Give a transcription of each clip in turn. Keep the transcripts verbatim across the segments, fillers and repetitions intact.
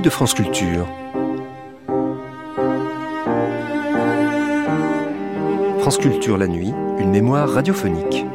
de France Culture. France Culture la nuit, une mémoire radiophonique.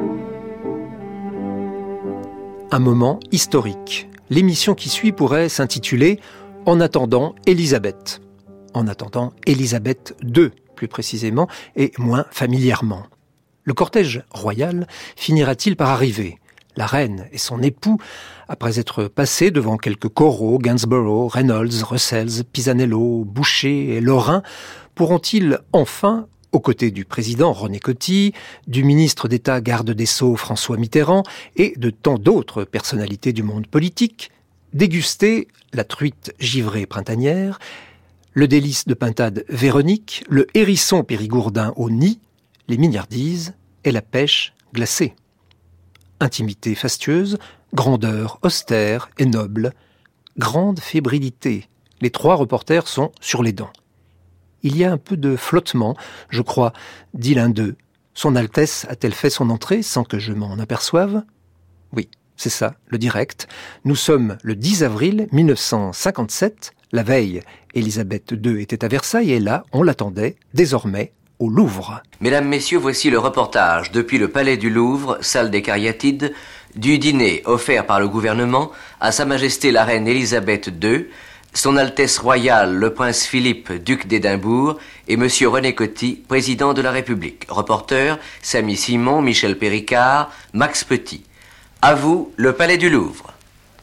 Un moment historique. L'émission qui suit pourrait s'intituler « En attendant Élisabeth ». En attendant Élisabeth deux, plus précisément, et moins familièrement. Le cortège royal finira-t-il par arriver ? La reine et son époux, après être passés devant quelques coraux, Gainsborough, Reynolds, Russell, Pisanello, Boucher et Lorrain, pourront-ils enfin, aux côtés du président René Coty, du ministre d'État garde des Sceaux François Mitterrand et de tant d'autres personnalités du monde politique, déguster la truite givrée printanière, le délice de pintade Véronique, le hérisson périgourdin au nid, les mignardises et la pêche glacée. Intimité fastueuse, grandeur austère et noble, grande fébrilité. Les trois reporters sont sur les dents. Il y a un peu de flottement, je crois, dit l'un d'eux. Son Altesse a-t-elle fait son entrée sans que je m'en aperçoive ? Oui, c'est ça, le direct. Nous sommes le dix avril mille neuf cent cinquante-sept. La veille, Élisabeth deux était à Versailles et là, on l'attendait, désormais, au Louvre. Mesdames, Messieurs, voici le reportage depuis le Palais du Louvre, salle des Cariatides, du dîner offert par le gouvernement à Sa Majesté la Reine Élisabeth deux, Son Altesse Royale le Prince Philippe, duc d'Édimbourg, et Monsieur René Coty, président de la République. Reporters, Samy Simon, Michel Péricard, Max Petit. À vous, le Palais du Louvre.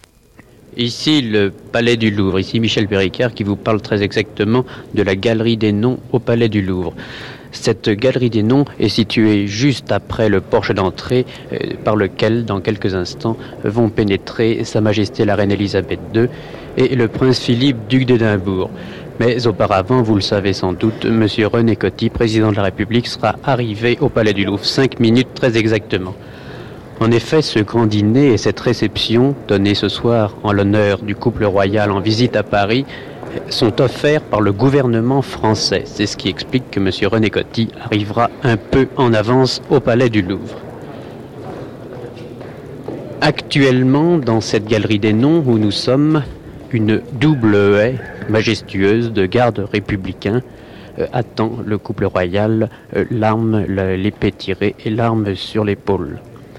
Ici, le Palais du Louvre. Ici, Michel Péricard qui vous parle très exactement de la Galerie des Noms au Palais du Louvre. Cette Galerie des Noms est située juste après le porche d'entrée euh, par lequel, dans quelques instants, vont pénétrer Sa Majesté la Reine Élisabeth deux et le Prince Philippe, duc d'Édimbourg. Mais auparavant, vous le savez sans doute, Monsieur René Coty, président de la République, sera arrivé au Palais du Louvre, cinq minutes très exactement. En effet, ce grand dîner et cette réception, donnée ce soir en l'honneur du couple royal en visite à Paris, sont offerts par le gouvernement français. C'est ce qui explique que M. René Coty arrivera un peu en avance au Palais du Louvre. Actuellement, dans cette galerie des noms où nous sommes, une double haie majestueuse de gardes républicains euh, attend le couple royal, euh, l'arme, l'épée tirée et l'arme sur l'épaule.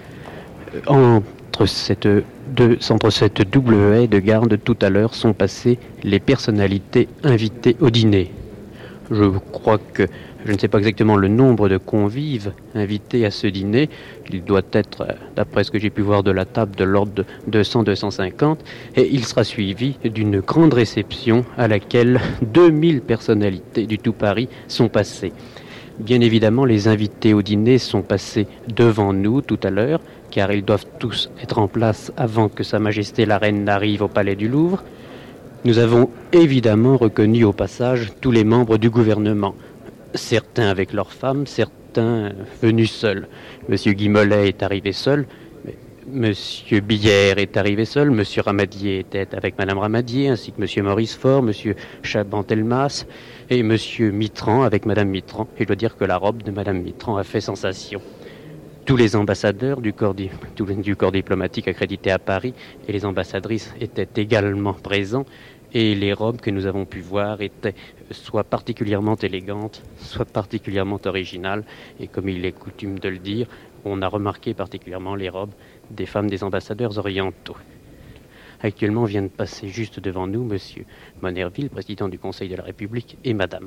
Entre cette, deux, entre cette double haie de garde, tout à l'heure, sont passées les personnalités invitées au dîner. Je crois que, je ne sais pas exactement le nombre de convives invités à ce dîner. Il doit être, d'après ce que j'ai pu voir de la table, de l'ordre de deux cents à deux cent cinquante. Et il sera suivi d'une grande réception à laquelle deux mille personnalités du tout Paris sont passées. Bien évidemment, les invités au dîner sont passés devant nous tout à l'heure, car ils doivent tous être en place avant que Sa Majesté la Reine n'arrive au Palais du Louvre. Nous avons évidemment reconnu au passage tous les membres du gouvernement, certains avec leurs femmes, certains venus seuls. Monsieur Guy Mollet est arrivé seul, Monsieur Billère est arrivé seul, Monsieur Ramadier était avec Madame Ramadier, ainsi que Monsieur Maurice Faure, Monsieur Chabantelmas et Monsieur Mitterrand avec Madame Mitterrand. Et je dois dire que la robe de Madame Mitterrand a fait sensation. Tous les ambassadeurs du corps, di- du corps diplomatique accrédité à Paris et les ambassadrices étaient également présents et les robes que nous avons pu voir étaient soit particulièrement élégantes, soit particulièrement originales. Et comme il est coutume de le dire, on a remarqué particulièrement les robes des femmes des ambassadeurs orientaux. Actuellement vient de passer juste devant nous Monsieur Monerville, président du Conseil de la République, et Madame.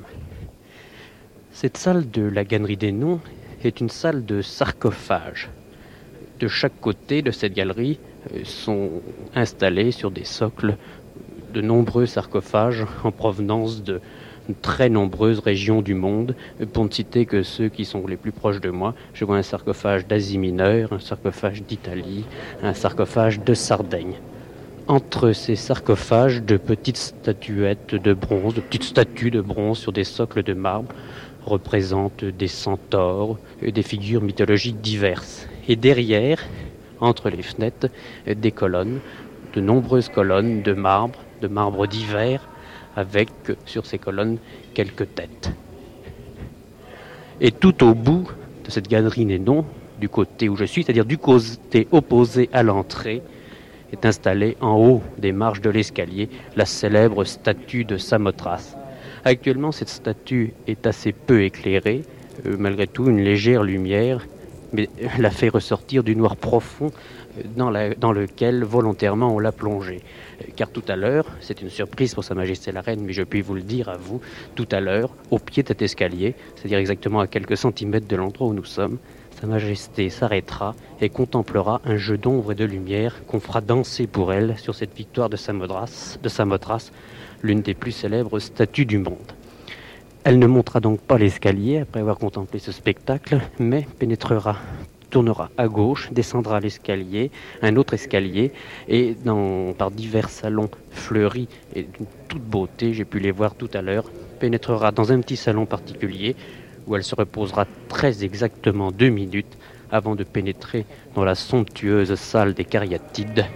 Cette salle de la Galerie des Noms est une salle de sarcophage. De chaque côté de cette galerie euh, sont installés sur des socles de nombreux sarcophages en provenance de très nombreuses régions du monde. Pour ne citer que ceux qui sont les plus proches de moi, je vois un sarcophage d'Asie mineure, un sarcophage d'Italie, un sarcophage de Sardaigne. Entre ces sarcophages, de petites statuettes de bronze, de petites statues de bronze sur des socles de marbre, représentent des centaures, des figures mythologiques diverses. Et derrière, entre les fenêtres, des colonnes, de nombreuses colonnes de marbre, de marbre divers, avec sur ces colonnes quelques têtes. Et tout au bout de cette galerie des noms, du côté où je suis, c'est-à-dire du côté opposé à l'entrée, est installée en haut des marches de l'escalier, la célèbre statue de Samothrace. Actuellement, cette statue est assez peu éclairée, euh, malgré tout une légère lumière, mais la fait ressortir du noir profond dans, la, dans lequel volontairement on l'a plongée. Car tout à l'heure, c'est une surprise pour Sa Majesté la Reine, mais je puis vous le dire à vous, tout à l'heure, au pied de cet escalier, c'est-à-dire exactement à quelques centimètres de l'endroit où nous sommes, Sa Majesté s'arrêtera et contemplera un jeu d'ombre et de lumière qu'on fera danser pour elle sur cette victoire de Samothrace, de Samothrace, l'une des plus célèbres statues du monde. Elle ne montera donc pas l'escalier après avoir contemplé ce spectacle, mais pénétrera, tournera à gauche, descendra l'escalier, un autre escalier, et dans, par divers salons fleuris et d'une toute beauté, j'ai pu les voir tout à l'heure, pénétrera dans un petit salon particulier où elle se reposera très exactement deux minutes avant de pénétrer dans la somptueuse salle des Cariatides.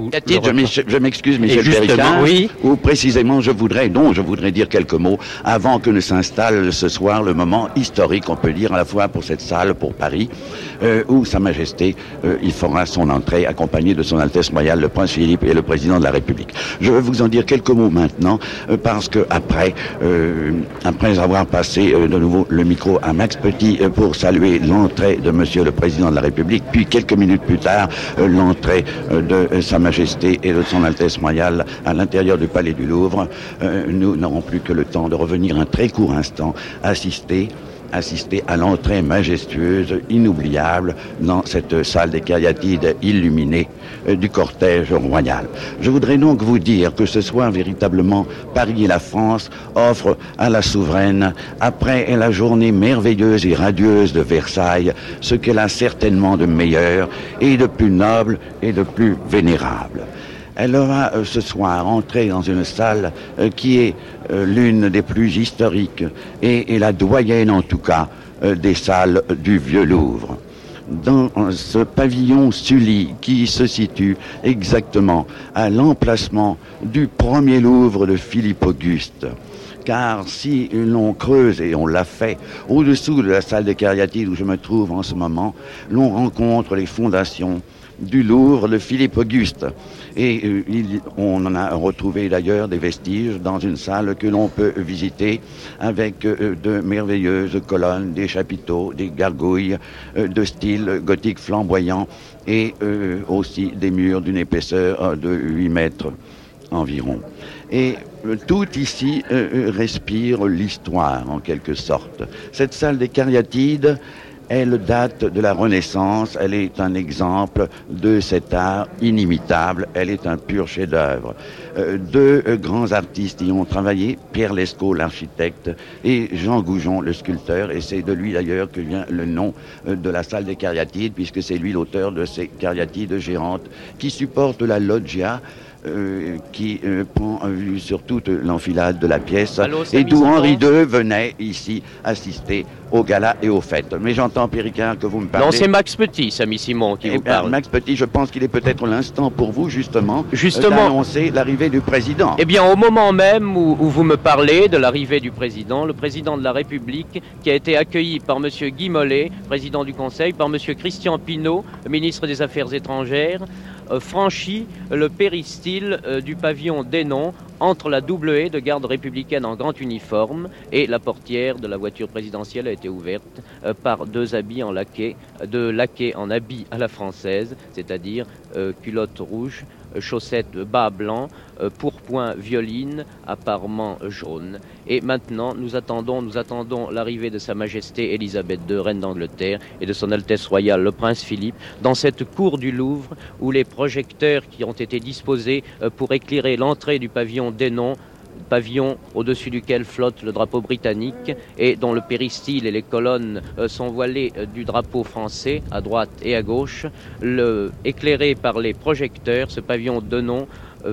Je, je m'excuse, Michel Péricard, oui. Ou précisément, je voudrais, donc, je voudrais dire quelques mots avant que ne s'installe ce soir le moment historique, on peut dire, à la fois pour cette salle, pour Paris, euh, où Sa Majesté, euh, il fera son entrée accompagné de Son Altesse Royale, le Prince Philippe et le Président de la République. Je vais vous en dire quelques mots maintenant, euh, parce que après, euh, après avoir passé euh, de nouveau le micro à Max Petit euh, pour saluer l'entrée de Monsieur le Président de la République, puis quelques minutes plus tard, euh, l'entrée euh, de euh, Sa Majesté et de Son Altesse Royale à l'intérieur du Palais du Louvre, euh, nous n'aurons plus que le temps de revenir un très court instant, assister assister à l'entrée majestueuse, inoubliable, dans cette salle des Cariatides illuminée euh, du cortège royal. Je voudrais donc vous dire que ce soir, véritablement, Paris et la France offrent à la souveraine, après la journée merveilleuse et radieuse de Versailles, ce qu'elle a certainement de meilleur et de plus noble et de plus vénérable. Elle aura euh, ce soir entré dans une salle euh, qui est euh, l'une des plus historiques et, et la doyenne en tout cas euh, des salles du Vieux Louvre. Dans ce pavillon Sully qui se situe exactement à l'emplacement du premier Louvre de Philippe Auguste. Car si l'on creuse, et on l'a fait, au-dessous de la salle des Cariatides où je me trouve en ce moment, l'on rencontre les fondations du Louvre de Philippe Auguste. Et euh, il, on en a retrouvé d'ailleurs des vestiges dans une salle que l'on peut visiter avec euh, de merveilleuses colonnes, des chapiteaux, des gargouilles euh, de style gothique flamboyant et euh, aussi des murs d'une épaisseur de huit mètres environ. Et euh, tout ici euh, respire l'histoire en quelque sorte. Cette salle des Cariatides, elle date de la Renaissance, elle est un exemple de cet art inimitable, elle est un pur chef-d'œuvre. Euh, deux euh, grands artistes y ont travaillé, Pierre Lescot, l'architecte, et Jean Goujon, le sculpteur, et c'est de lui d'ailleurs que vient le nom euh, de la salle des Cariatides, puisque c'est lui l'auteur de ces Cariatides géantes qui supportent la loggia, Euh, qui euh, prend vue sur toute l'enfilade de la pièce. Allô, et d'où Henri deux venait ici assister au gala et aux fêtes. Mais j'entends, Péricard, que vous me parlez... Non, c'est Max Petit, Samy Simon, qui eh vous bien, parle. Max Petit, je pense qu'il est peut-être l'instant pour vous, justement, Justement. euh, d'annoncer l'arrivée du président. Eh bien, au moment même où, où vous me parlez de l'arrivée du président, le président de la République, qui a été accueilli par M. Guy Mollet, président du Conseil, par M. Christian Pineau, ministre des Affaires étrangères, euh, franchit le péristyle euh, du pavillon d'Hénon entre la double haie de garde républicaine en grand uniforme et la portière de la voiture présidentielle a été ouverte euh, par deux habits en laquais, deux laquais en habits à la française, c'est-à-dire euh, culotte rouge, chaussettes bas blancs, euh, pourpoint violine, apparemment jaune. Et maintenant, nous attendons, nous attendons l'arrivée de Sa Majesté Élisabeth deux, reine d'Angleterre, et de Son Altesse Royale, le Prince Philippe, dans cette cour du Louvre où les projecteurs qui ont été disposés euh, pour éclairer l'entrée du pavillon d'Hénon, pavillon au-dessus duquel flotte le drapeau britannique et dont le péristyle et les colonnes euh, sont voilées euh, du drapeau français à droite et à gauche, le, éclairé par les projecteurs, ce pavillon d'Hénon euh,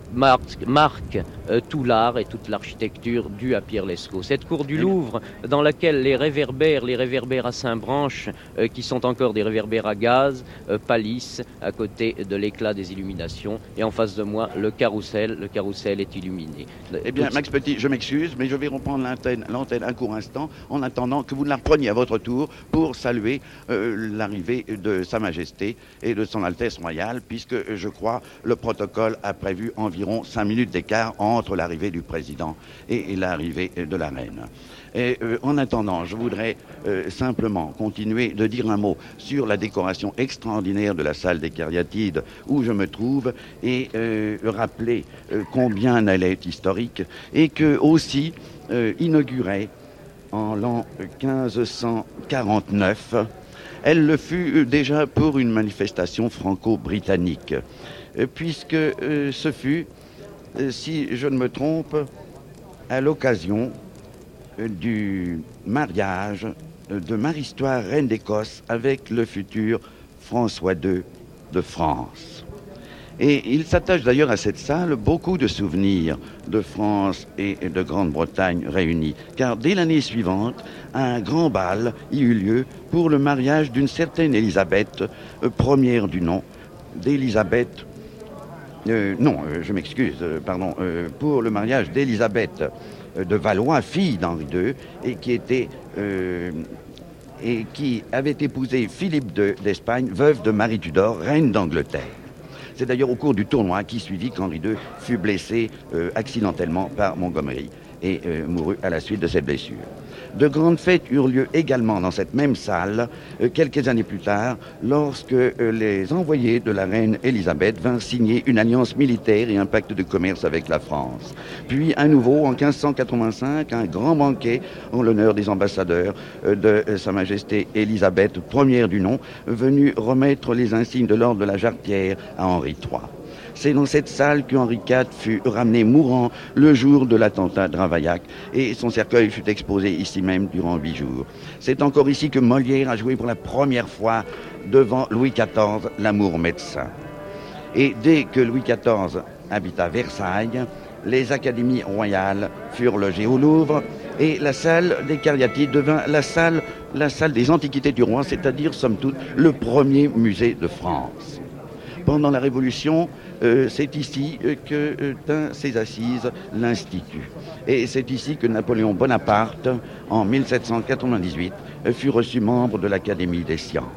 marque, marque euh, tout l'art et toute l'architecture due à Pierre Lescot. Cette cour du Louvre, dans laquelle les réverbères, les réverbères à Saint-Branche, euh, qui sont encore des réverbères à gaz, euh, pâlissent à côté de l'éclat des illuminations. Et en face de moi, le carrousel, le carrousel est illuminé. Eh bien, Max Petit, je m'excuse, mais je vais reprendre l'antenne, l'antenne un court instant, en attendant que vous ne la repreniez à votre tour pour saluer euh, l'arrivée de Sa Majesté et de Son Altesse Royale, puisque je crois le protocole a prévu environ cinq minutes d'écart entre l'arrivée du président et, et l'arrivée de la reine. Et euh, en attendant, je voudrais euh, simplement continuer de dire un mot sur la décoration extraordinaire de la salle des Cariatides où je me trouve et euh, rappeler euh, combien elle est historique et que aussi euh, inaugurée en l'an quinze cent quarante-neuf, elle le fut déjà pour une manifestation franco-britannique, puisque euh, ce fut, euh, si je ne me trompe, à l'occasion euh, du mariage de Marie-Histoire, reine d'Écosse, avec le futur François deux de France. Et il s'attache d'ailleurs à cette salle beaucoup de souvenirs de France et de Grande-Bretagne réunis, car dès l'année suivante, un grand bal y eut lieu pour le mariage d'une certaine Élisabeth, euh, première du nom, d'Élisabeth, euh, non, euh, je m'excuse, euh, pardon, euh, pour le mariage d'Élisabeth euh, de Valois, fille d'Henri deux, et qui était... Euh, et qui avait épousé Philippe deux d'Espagne, veuve de Marie Tudor, reine d'Angleterre. C'est d'ailleurs au cours du tournoi qui suivit qu'Henri deux fut blessé euh, accidentellement par Montgomery et euh, mourut à la suite de cette blessure. De grandes fêtes eurent lieu également dans cette même salle euh, quelques années plus tard, lorsque euh, les envoyés de la reine Élisabeth vinrent signer une alliance militaire et un pacte de commerce avec la France. Puis à nouveau, en quinze cent quatre-vingt-cinq, un grand banquet en l'honneur des ambassadeurs euh, de euh, Sa Majesté Élisabeth, première du nom, venue remettre les insignes de l'ordre de la Jarretière à Henri trois. C'est dans cette salle qu'Henri quatre fut ramené mourant le jour de l'attentat de Ravaillac et son cercueil fut exposé ici même durant huit jours. C'est encore ici que Molière a joué pour la première fois devant Louis quatorze, l'amour médecin. Et dès que Louis quatorze habita Versailles, les académies royales furent logées au Louvre et la salle des Cariatides devint la salle, la salle des antiquités du roi, c'est-à-dire, somme toute, le premier musée de France. Pendant la Révolution, euh, c'est ici euh, que euh, tint ses assises l'Institut. Et c'est ici que Napoléon Bonaparte, en mille sept cent quatre-vingt-dix-huit, euh, fut reçu membre de l'Académie des sciences.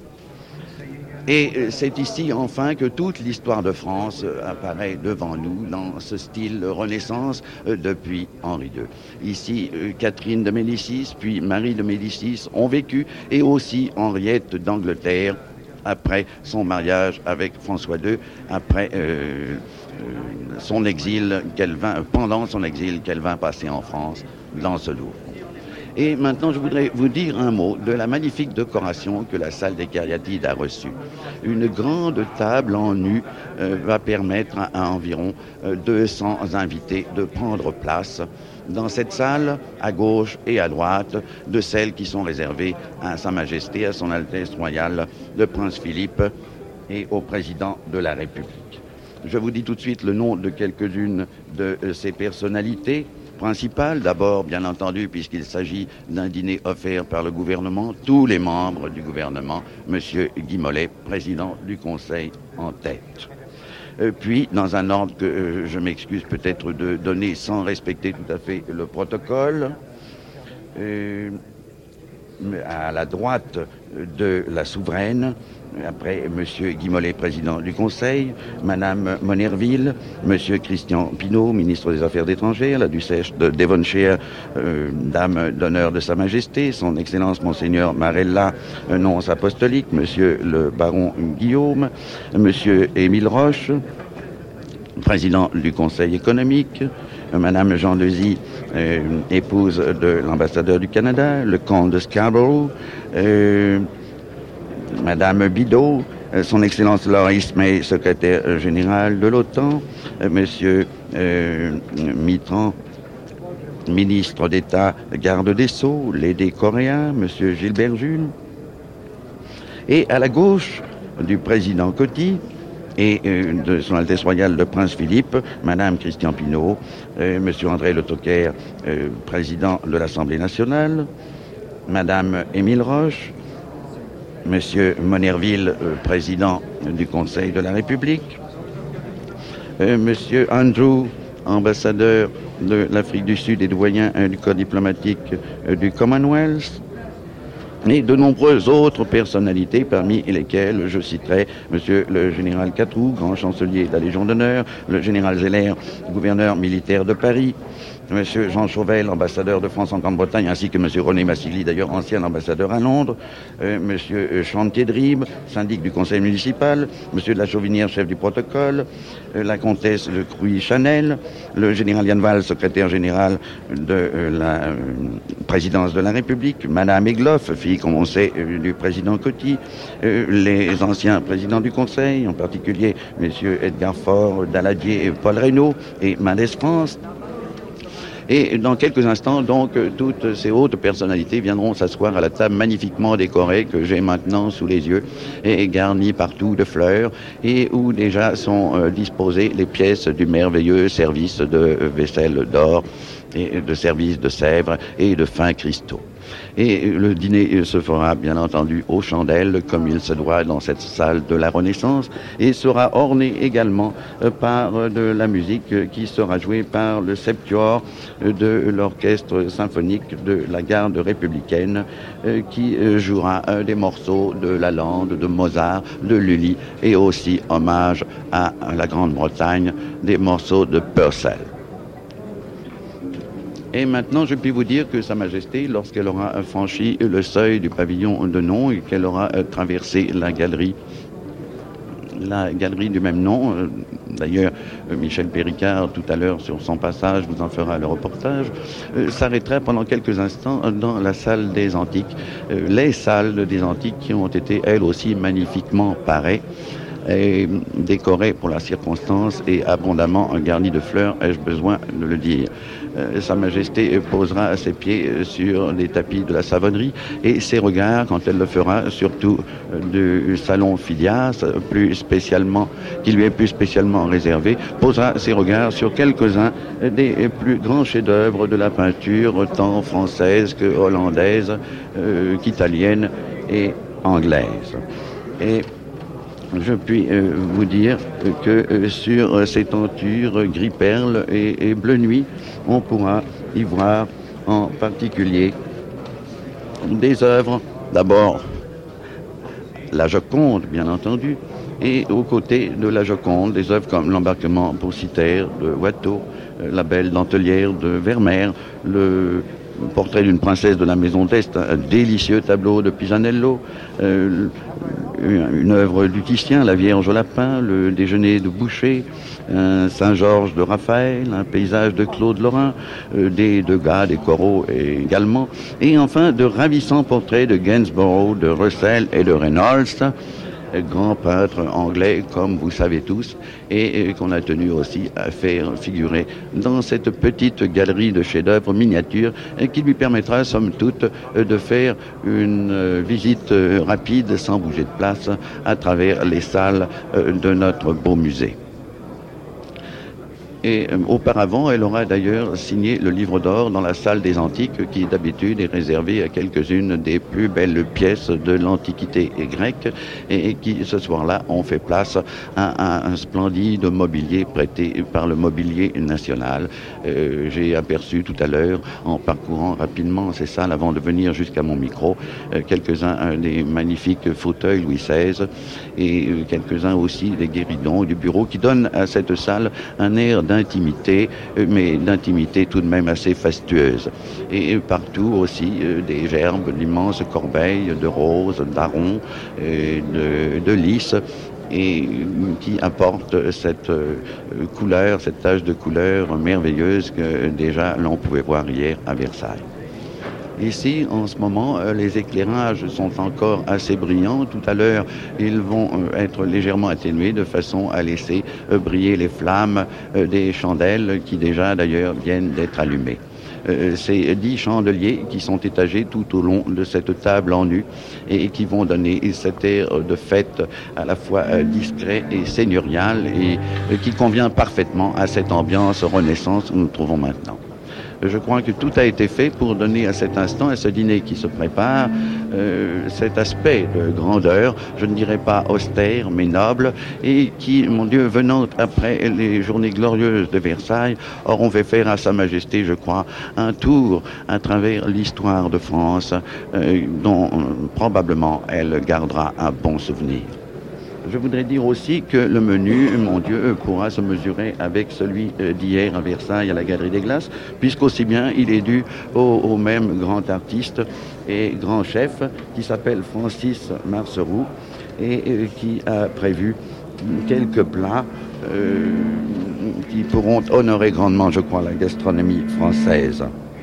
Et euh, c'est ici, enfin, que toute l'histoire de France euh, apparaît devant nous dans ce style Renaissance euh, depuis Henri deux. Ici, euh, Catherine de Médicis, puis Marie de Médicis ont vécu, et aussi Henriette d'Angleterre, après son mariage avec François deux, après euh, euh, son exil qu'elle vint, pendant son exil qu'elle vint passer en France dans ce Louvre. Et maintenant, je voudrais vous dire un mot de la magnifique décoration que la salle des Cariatides a reçue. Une grande table en nu euh, va permettre à, à environ euh, deux cents invités de prendre place dans cette salle, à gauche et à droite, de celles qui sont réservées à Sa Majesté, à Son Altesse Royale, le Prince Philippe et au Président de la République. Je vous dis tout de suite le nom de quelques-unes de euh, ces personnalités principales. D'abord, bien entendu, puisqu'il s'agit d'un dîner offert par le gouvernement, tous les membres du gouvernement, Monsieur Guy Mollet, président du Conseil en tête. Euh, puis, dans un ordre que euh, je m'excuse peut-être de donner sans respecter tout à fait le protocole, euh, à la droite de la souveraine, après Monsieur Guy Mollet, président du Conseil, Madame Monerville, Monsieur Christian Pinault, ministre des Affaires étrangères, la duchesse de Devonshire, euh, dame d'honneur de Sa Majesté, son Excellence Monseigneur Marella, euh, nonce apostolique, Monsieur le baron Guillaume, Monsieur Émile Roche, président du Conseil économique, euh, Madame Jean Lezy, euh, épouse de l'ambassadeur du Canada, le comte de Scarborough, euh, Madame Bidot, euh, son Excellence Lord Ismay, secrétaire général de l'OTAN, euh, Monsieur euh, Mitterrand, ministre d'État, garde des Sceaux, l'aidé coréen, Monsieur Gilbert Jules. Et à la gauche du président Coty, et euh, de Son Altesse Royale le Prince Philippe, Madame Christian Pinault, euh, Monsieur André Le Tocquer, euh, président de l'Assemblée nationale, Madame Émile Roche, Monsieur Monerville, euh, président du Conseil de la République, euh, Monsieur Andrew, ambassadeur de l'Afrique du Sud et doyen euh, du corps diplomatique euh, du Commonwealth, et de nombreuses autres personnalités, parmi lesquelles je citerai Monsieur le général Catroux, grand chancelier de la Légion d'honneur, le général Zeller, gouverneur militaire de Paris, Monsieur Jean Chauvel, ambassadeur de France en Grande-Bretagne, ainsi que Monsieur René Massigli, d'ailleurs ancien ambassadeur à Londres, euh, Monsieur Chantier de Ribes, syndic du conseil municipal, Monsieur de la Chauvinière, chef du protocole, euh, la comtesse de Crouy-Chanel, le général Yann Val, secrétaire général de euh, la euh, présidence de la République, Madame Egloff, fille, comme on sait, euh, du président Coty, euh, les anciens présidents du conseil, en particulier Messieurs Edgar Faure, Daladier, Paul Reynaud et Mendès France. Et dans quelques instants, donc, toutes ces hautes personnalités viendront s'asseoir à la table magnifiquement décorée que j'ai maintenant sous les yeux et garnie partout de fleurs et où déjà sont euh, disposées les pièces du merveilleux service de vaisselle d'or et de service de Sèvres et de fins cristaux. Et le dîner se fera bien entendu aux chandelles comme il se doit dans cette salle de la Renaissance et sera orné également par de la musique qui sera jouée par le septuor de l'orchestre symphonique de la garde républicaine qui jouera des morceaux de Lalande, de Mozart, de Lully et aussi hommage à la Grande-Bretagne des morceaux de Purcell. Et maintenant, je puis vous dire que Sa Majesté, lorsqu'elle aura franchi le seuil du pavillon de nom et qu'elle aura traversé la galerie, la galerie du même nom, d'ailleurs, Michel Péricard, tout à l'heure, sur son passage, vous en fera le reportage, euh, s'arrêtera pendant quelques instants dans la salle des Antiques, euh, les salles des Antiques qui ont été, elles aussi, magnifiquement parées et décorées pour la circonstance et abondamment garnies de fleurs, ai-je besoin de le dire. Euh, Sa Majesté posera ses pieds sur les tapis de la savonnerie et ses regards, quand elle le fera, surtout du salon Phidias, plus spécialement, qui lui est plus spécialement réservé, posera ses regards sur quelques-uns des plus grands chefs-d'œuvre de la peinture, tant française que hollandaise, euh, qu'italienne et anglaise. Et je puis euh, vous dire que euh, sur euh, ces tentures gris perle et, et bleu nuit, on pourra y voir en particulier des œuvres, d'abord la Joconde, bien entendu, et aux côtés de la Joconde, des œuvres comme l'embarquement pour Cythère de Watteau, euh, la Belle Dentelière de Vermeer, le portrait d'une princesse de la Maison d'Est, un délicieux tableau de Pisanello, euh, une œuvre du Titien, La Vierge au lapin, le déjeuner de Boucher, un Saint-Georges de Raphaël, un paysage de Claude Lorrain, euh, des Degas, des Corot également, et enfin de ravissants portraits de Gainsborough, de Russell et de Reynolds, grand peintre anglais, comme vous savez tous, et, et qu'on a tenu aussi à faire figurer dans cette petite galerie de chefs-d'œuvre miniatures et qui lui permettra, somme toute, de faire une euh, visite euh, rapide, sans bouger de place, à travers les salles euh, de notre beau musée. Et euh, auparavant, elle aura d'ailleurs signé le livre d'or dans la salle des Antiques, qui d'habitude est réservée à quelques-unes des plus belles pièces de l'Antiquité grecque, et, et qui ce soir-là ont fait place à, à un splendide mobilier prêté par le Mobilier National. Euh, j'ai aperçu tout à l'heure, en parcourant rapidement ces salles avant de venir jusqu'à mon micro, euh, quelques-uns euh, des magnifiques fauteuils Louis seize et euh, quelques-uns aussi des guéridons du bureau qui donnent à cette salle un air d'un d'intimité, mais d'intimité tout de même assez fastueuse. Et partout aussi euh, des gerbes, d'immenses corbeilles de roses, d'aroncs, euh, de, de lys, et qui apportent cette euh, couleur, cette tache de couleur merveilleuse que déjà l'on pouvait voir hier à Versailles. Ici, en ce moment, euh, les éclairages sont encore assez brillants. Tout à l'heure, ils vont euh, être légèrement atténués de façon à laisser euh, briller les flammes euh, des chandelles qui déjà, d'ailleurs, viennent d'être allumées. euh, ces dix chandeliers qui sont étagés tout au long de cette table en nu et qui vont donner cet air de fête à la fois euh, discret et seigneurial et euh, qui convient parfaitement à cette ambiance Renaissance où nous nous trouvons maintenant. Je crois que tout a été fait pour donner à cet instant, à ce dîner qui se prépare, euh, cet aspect de grandeur, je ne dirais pas austère, mais noble, et qui, mon Dieu, venant après les journées glorieuses de Versailles, auront fait faire à Sa Majesté, je crois, un tour à travers l'histoire de France, euh, dont euh, probablement elle gardera un bon souvenir. Je voudrais dire aussi que le menu, mon Dieu, pourra se mesurer avec celui d'hier à Versailles, à la Galerie des Glaces, puisqu'aussi bien il est dû au, au même grand artiste et grand chef qui s'appelle Francis Marceroux et euh, qui a prévu quelques plats euh, qui pourront honorer grandement, je crois, la gastronomie française.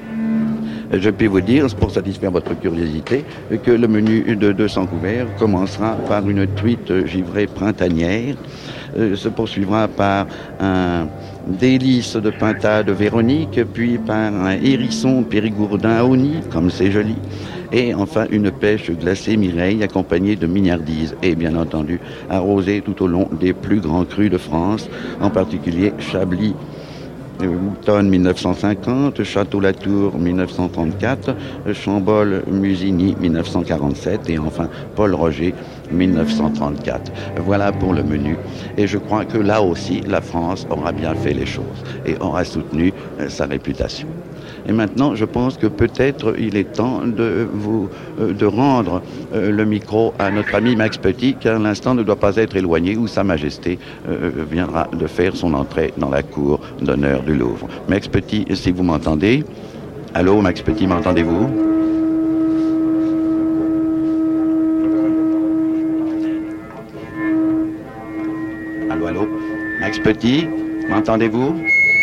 Je puis vous dire, pour satisfaire votre curiosité, que le menu de deux cents couverts commencera par une truite givrée printanière, euh, se poursuivra par un délice de pintade Véronique, puis par un hérisson périgourdin à Oni, comme c'est joli, et enfin une pêche glacée Mireille accompagnée de mignardises et bien entendu arrosée tout au long des plus grands crus de France, en particulier Chablis, Moutonne mille neuf cent cinquante, Château-Latour mille neuf cent trente-quatre, Chambol-Musigny mille neuf cent quarante-sept et enfin Paul Roger mille neuf cent trente-quatre. Voilà pour le menu. Et je crois que là aussi, la France aura bien fait les choses et aura soutenu euh, sa réputation. Et maintenant, je pense que peut-être il est temps de vous euh, de rendre euh, le micro à notre ami Max Petit, qui à l'instant ne doit pas être éloigné, où Sa Majesté euh, viendra de faire son entrée dans la cour d'honneur du Louvre. Max Petit, si vous m'entendez. Allô, Max Petit, m'entendez-vous? Allô, allô. Max Petit, m'entendez-vous?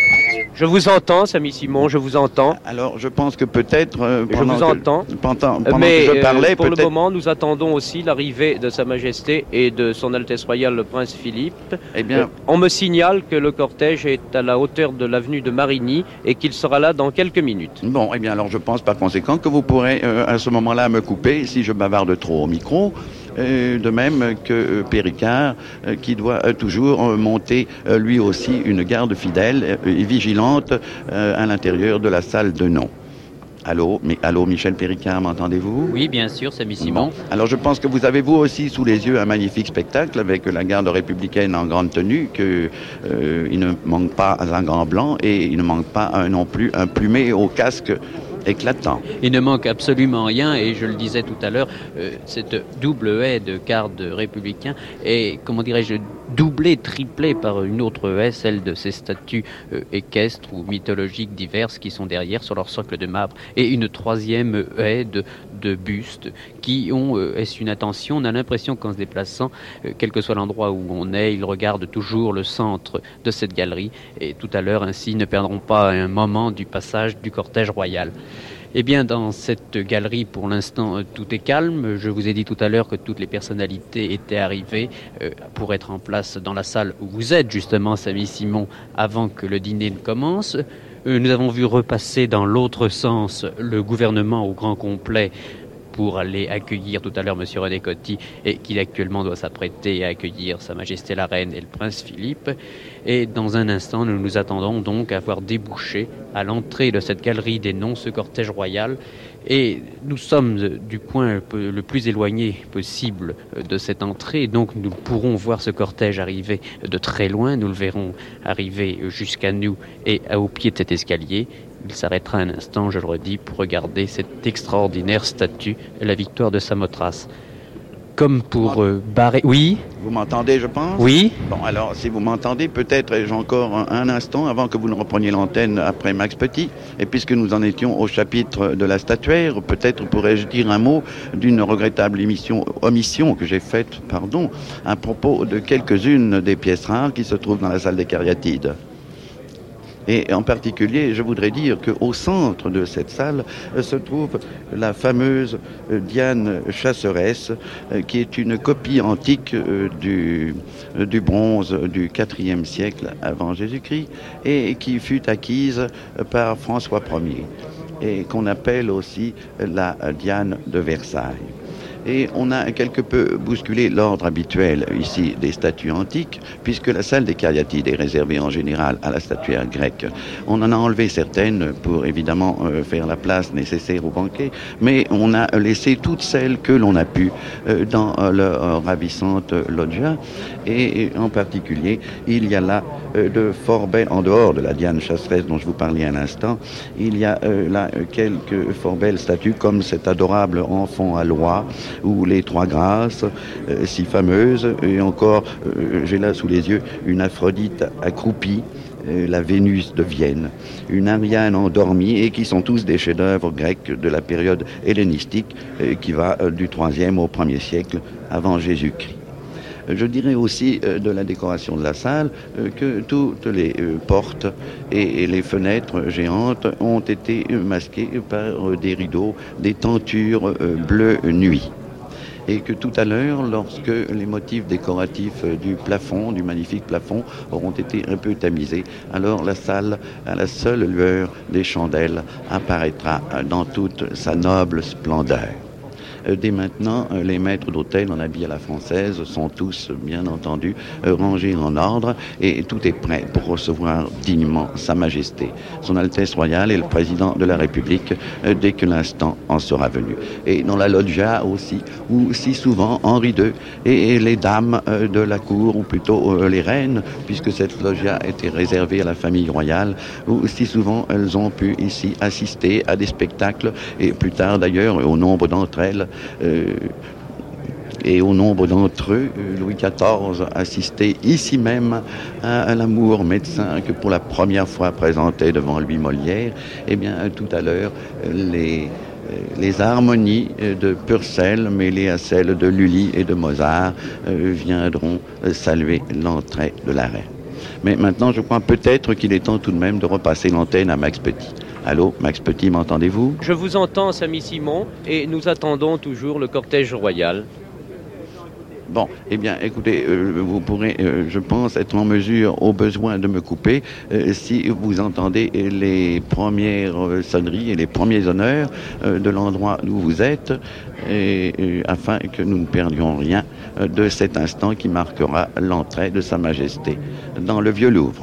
Je vous entends, Samy Simon, je vous entends. Alors, je pense que peut-être... Euh, pendant je vous que, entends. Pendant, pendant Mais que je parlais, euh, pour peut-être... le moment, nous attendons aussi l'arrivée de Sa Majesté et de Son Altesse Royale le Prince Philippe. Eh bien... Euh, on me signale que le cortège est à la hauteur de l'avenue de Marigny et qu'il sera là dans quelques minutes. Bon, eh bien, alors je pense par conséquent que vous pourrez euh, à ce moment-là me couper si je bavarde trop au micro. Euh, de même que euh, Péricard, euh, qui doit euh, toujours euh, monter euh, lui aussi une garde fidèle euh, et vigilante euh, à l'intérieur de la salle de nom. Allô, mais, allô Michel Péricard, m'entendez-vous? Oui, bien sûr, Samy Simon. Bon. Alors je pense que vous avez vous aussi sous les yeux un magnifique spectacle avec la garde républicaine en grande tenue, que euh, il ne manque pas un gant blanc et il ne manque pas un, non plus un plumet au casque éclatant. Il ne manque absolument rien et je le disais tout à l'heure, euh, cette double haie de garde républicain est, comment dirais-je, doublée, triplée par une autre haie, celle de ces statues euh, équestres ou mythologiques diverses qui sont derrière sur leur socle de marbre, et une troisième haie de, de bustes qui ont, euh, est-ce une attention, on a l'impression qu'en se déplaçant, euh, quel que soit l'endroit où on est, ils regardent toujours le centre de cette galerie et tout à l'heure ainsi ne perdront pas un moment du passage du cortège royal. Eh bien, dans cette galerie, pour l'instant, tout est calme. Je vous ai dit tout à l'heure que toutes les personnalités étaient arrivées euh, pour être en place dans la salle où vous êtes, justement, Samy Simon, avant que le dîner ne commence. Euh, nous avons vu repasser dans l'autre sens le gouvernement au grand complet pour aller accueillir tout à l'heure M. René Coty, et qui actuellement doit s'apprêter à accueillir Sa Majesté la Reine et le Prince Philippe. Et dans un instant, nous nous attendons donc à voir déboucher à l'entrée de cette galerie des noms ce cortège royal. Et nous sommes du point le plus éloigné possible de cette entrée, donc nous pourrons voir ce cortège arriver de très loin. Nous le verrons arriver jusqu'à nous et au pied de cet escalier. Il s'arrêtera un instant, je le redis, pour regarder cette extraordinaire statue, la victoire de Samothrace. Comme pour euh, barrer... Oui? Vous m'entendez, je pense? Oui. Bon, alors, si vous m'entendez, peut-être ai-je encore un, un instant avant que vous ne repreniez l'antenne après Max Petit. Et puisque nous en étions au chapitre de la statuaire, peut-être pourrais-je dire un mot d'une regrettable émission, omission que j'ai faite, pardon, à propos de quelques-unes des pièces rares qui se trouvent dans la salle des Cariatides. Et en particulier, je voudrais dire qu'au centre de cette salle euh, se trouve la fameuse euh, Diane chasseresse, euh, qui est une copie antique euh, du, euh, du bronze du quatrième siècle avant Jésus-Christ et qui fut acquise euh, par François Ier et qu'on appelle aussi la Diane de Versailles. Et on a quelque peu bousculé l'ordre habituel ici des statues antiques, puisque la salle des cariatides est réservée en général à la statuaire grecque. On en a enlevé certaines pour évidemment euh, faire la place nécessaire au banquet, mais on a laissé toutes celles que l'on a pu euh, dans euh, leur ravissante loggia. Et, et en particulier, il y a là euh, de fort belles, en dehors de la Diane chasseresse dont je vous parlais à l'instant, il y a euh, là quelques fort belles statues comme cet adorable enfant à loi, ou les Trois Grâces, euh, si fameuses, et encore, euh, j'ai là sous les yeux une Aphrodite accroupie, euh, la Vénus de Vienne, une Ariane endormie, et qui sont tous des chefs-d'œuvre grecs de la période hellénistique, euh, qui va euh, du troisième au premier siècle avant Jésus-Christ. Je dirais aussi euh, de la décoration de la salle euh, que toutes les euh, portes et, et les fenêtres géantes ont été masquées par euh, des rideaux, des tentures euh, bleu nuit. Et que tout à l'heure, lorsque les motifs décoratifs du plafond, du magnifique plafond, auront été un peu tamisés, alors la salle, à la seule lueur des chandelles, apparaîtra dans toute sa noble splendeur. Dès maintenant, les maîtres d'hôtel en habit à la française sont tous, bien entendu, rangés en ordre et tout est prêt pour recevoir dignement Sa Majesté, Son Altesse Royale et le Président de la République dès que l'instant en sera venu. Et dans la loggia aussi, où si souvent Henri deux et les dames de la cour, ou plutôt les reines, puisque cette loggia était réservée à la famille royale, où si souvent elles ont pu ici assister à des spectacles et plus tard d'ailleurs, au nombre d'entre elles, Euh, et au nombre d'entre eux, Louis quatorze assistait ici même à, à l'amour médecin que pour la première fois présentait devant lui Molière. Eh bien, tout à l'heure, les, les harmonies de Purcell mêlées à celles de Lully et de Mozart euh, viendront saluer l'entrée de la reine. Mais maintenant, je crois peut-être qu'il est temps tout de même de repasser l'antenne à Max Petit. Allô, Max Petit, m'entendez-vous? Je vous entends, Samy Simon, et nous attendons toujours le cortège royal. Bon, eh bien, écoutez, euh, vous pourrez, euh, je pense, être en mesure, au besoin, de me couper euh, si vous entendez les premières sonneries et les premiers honneurs euh, de l'endroit où vous êtes, et, et, afin que nous ne perdions rien euh, de cet instant qui marquera l'entrée de Sa Majesté dans le Vieux Louvre.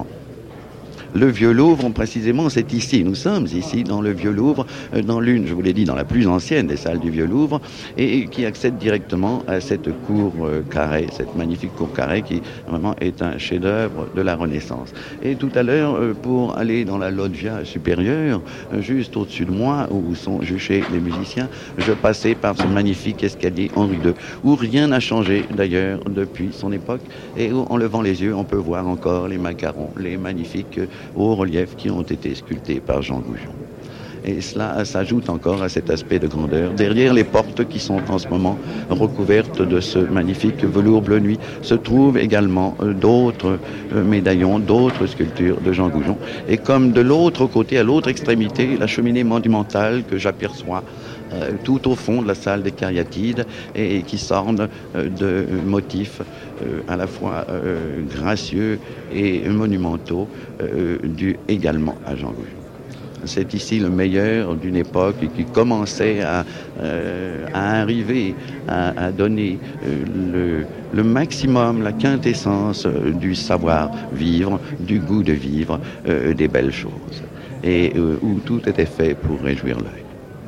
Le Vieux Louvre, précisément, c'est ici. Nous sommes ici dans le Vieux Louvre, dans l'une, je vous l'ai dit, dans la plus ancienne des salles du Vieux Louvre, et qui accède directement à cette cour carrée, cette magnifique cour carrée qui, vraiment, est un chef-d'œuvre de la Renaissance. Et tout à l'heure, pour aller dans la loggia supérieure, juste au-dessus de moi, où sont juchés les musiciens, je passais par ce magnifique escalier Henri deux, où rien n'a changé, d'ailleurs, depuis son époque, et où, en levant les yeux, on peut voir encore les macarons, les magnifiques hauts reliefs qui ont été sculptés par Jean Goujon. Et cela s'ajoute encore à cet aspect de grandeur. Derrière les portes qui sont en ce moment recouvertes de ce magnifique velours bleu nuit se trouvent également d'autres médaillons, d'autres sculptures de Jean Goujon. Et comme de l'autre côté, à l'autre extrémité, la cheminée monumentale que j'aperçois euh, tout au fond de la salle des cariatides et, et qui s'orne euh, de motifs euh, à la fois euh, gracieux et monumentaux euh, dus également à Jean Goujon. C'est ici le meilleur d'une époque qui commençait à, euh, à arriver, à, à donner euh, le, le maximum, la quintessence euh, du savoir-vivre, du goût de vivre, euh, des belles choses, et euh, où tout était fait pour réjouir l'œil.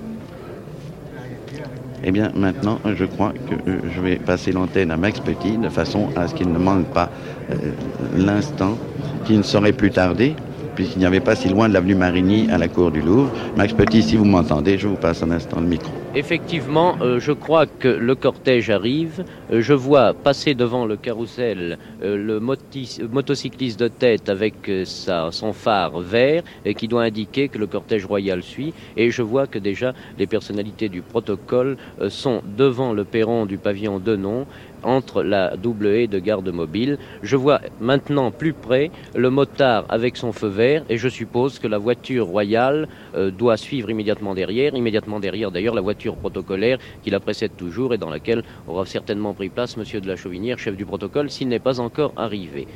Eh bien, maintenant, je crois que euh, je vais passer l'antenne à Max Petit, de façon à ce qu'il ne manque pas euh, l'instant qui ne saurait plus tarder, puisqu'il n'y avait pas si loin de l'avenue Marigny à la cour du Louvre. Max Petit, si vous m'entendez, je vous passe un instant le micro. Effectivement, euh, je crois que le cortège arrive. Euh, je vois passer devant le carrousel euh, le motis, motocycliste de tête avec euh, sa, son phare vert euh, qui doit indiquer que le cortège royal suit. Et je vois que déjà les personnalités du protocole euh, sont devant le perron du pavillon Denon entre la double haie de garde mobile. Je vois maintenant plus près le motard avec son feu vert et je suppose que la voiture royale euh, doit suivre immédiatement derrière, immédiatement derrière d'ailleurs la voiture protocolaire qui la précède toujours et dans laquelle aura certainement pris place Monsieur de la Chauvinière, chef du protocole, s'il n'est pas encore arrivé.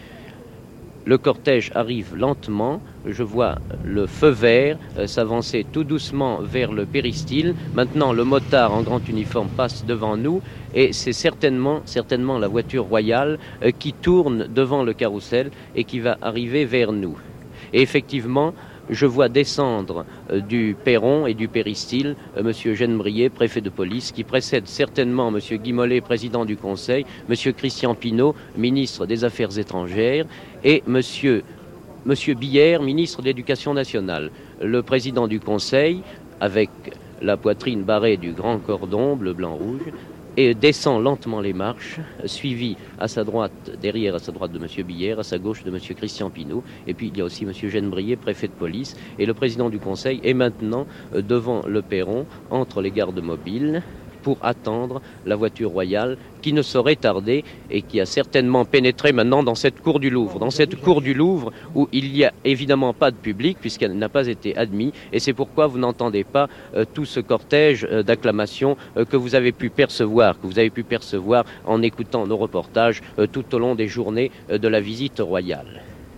Le cortège arrive lentement, je vois le feu vert euh, s'avancer tout doucement vers le péristyle. Maintenant, le motard en grand uniforme passe devant nous et c'est certainement, certainement la voiture royale euh, qui tourne devant le carrousel et qui va arriver vers nous. Et effectivement, je vois descendre euh, du perron et du péristyle euh, M. Gennebrier, préfet de police, qui précède certainement M. Guy Mollet, président du Conseil, M. Christian Pineau, ministre des Affaires étrangères, et M. Monsieur Billère, ministre de l'Éducation nationale. Le président du Conseil, avec la poitrine barrée du grand cordon bleu, blanc, rouge, et descend lentement les marches, suivi à sa droite, derrière à sa droite de M. Billère, à sa gauche de M. Christian Pineau, et puis il y a aussi M. Gennebrier, préfet de police, et le président du Conseil est maintenant devant le perron, entre les gardes mobiles, pour attendre la voiture royale qui ne saurait tarder et qui a certainement pénétré maintenant dans cette cour du Louvre. Dans cette cour du Louvre où il n'y a évidemment pas de public puisqu'elle n'a pas été admise et c'est pourquoi vous n'entendez pas euh, tout ce cortège euh, d'acclamations euh, que vous avez pu percevoir, que vous avez pu percevoir en écoutant nos reportages euh, tout au long des journées euh, de la visite royale.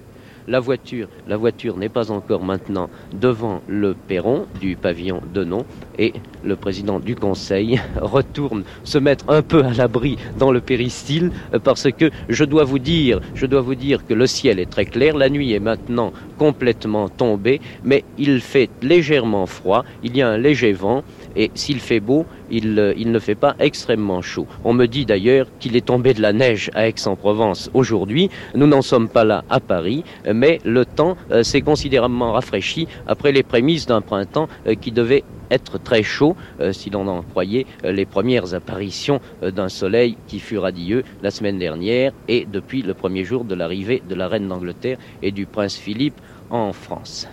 La voiture, la voiture n'est pas encore maintenant devant le perron du pavillon Denon et le président du Conseil retourne se mettre un peu à l'abri dans le péristyle parce que je dois vous dire, je dois vous dire que le ciel est très clair, la nuit est maintenant complètement tombée, mais il fait légèrement froid, il y a un léger vent et s'il fait beau, il, il ne fait pas extrêmement chaud. On me dit d'ailleurs qu'il est tombé de la neige à Aix-en-Provence aujourd'hui. Nous n'en sommes pas là à Paris, mais le temps euh, s'est considérablement rafraîchi après les prémices d'un printemps euh, qui devait être très chaud, euh, si l'on en croyait euh, les premières apparitions euh, d'un soleil qui fut radieux la semaine dernière et depuis le premier jour de l'arrivée de la reine d'Angleterre et du prince Philippe en France.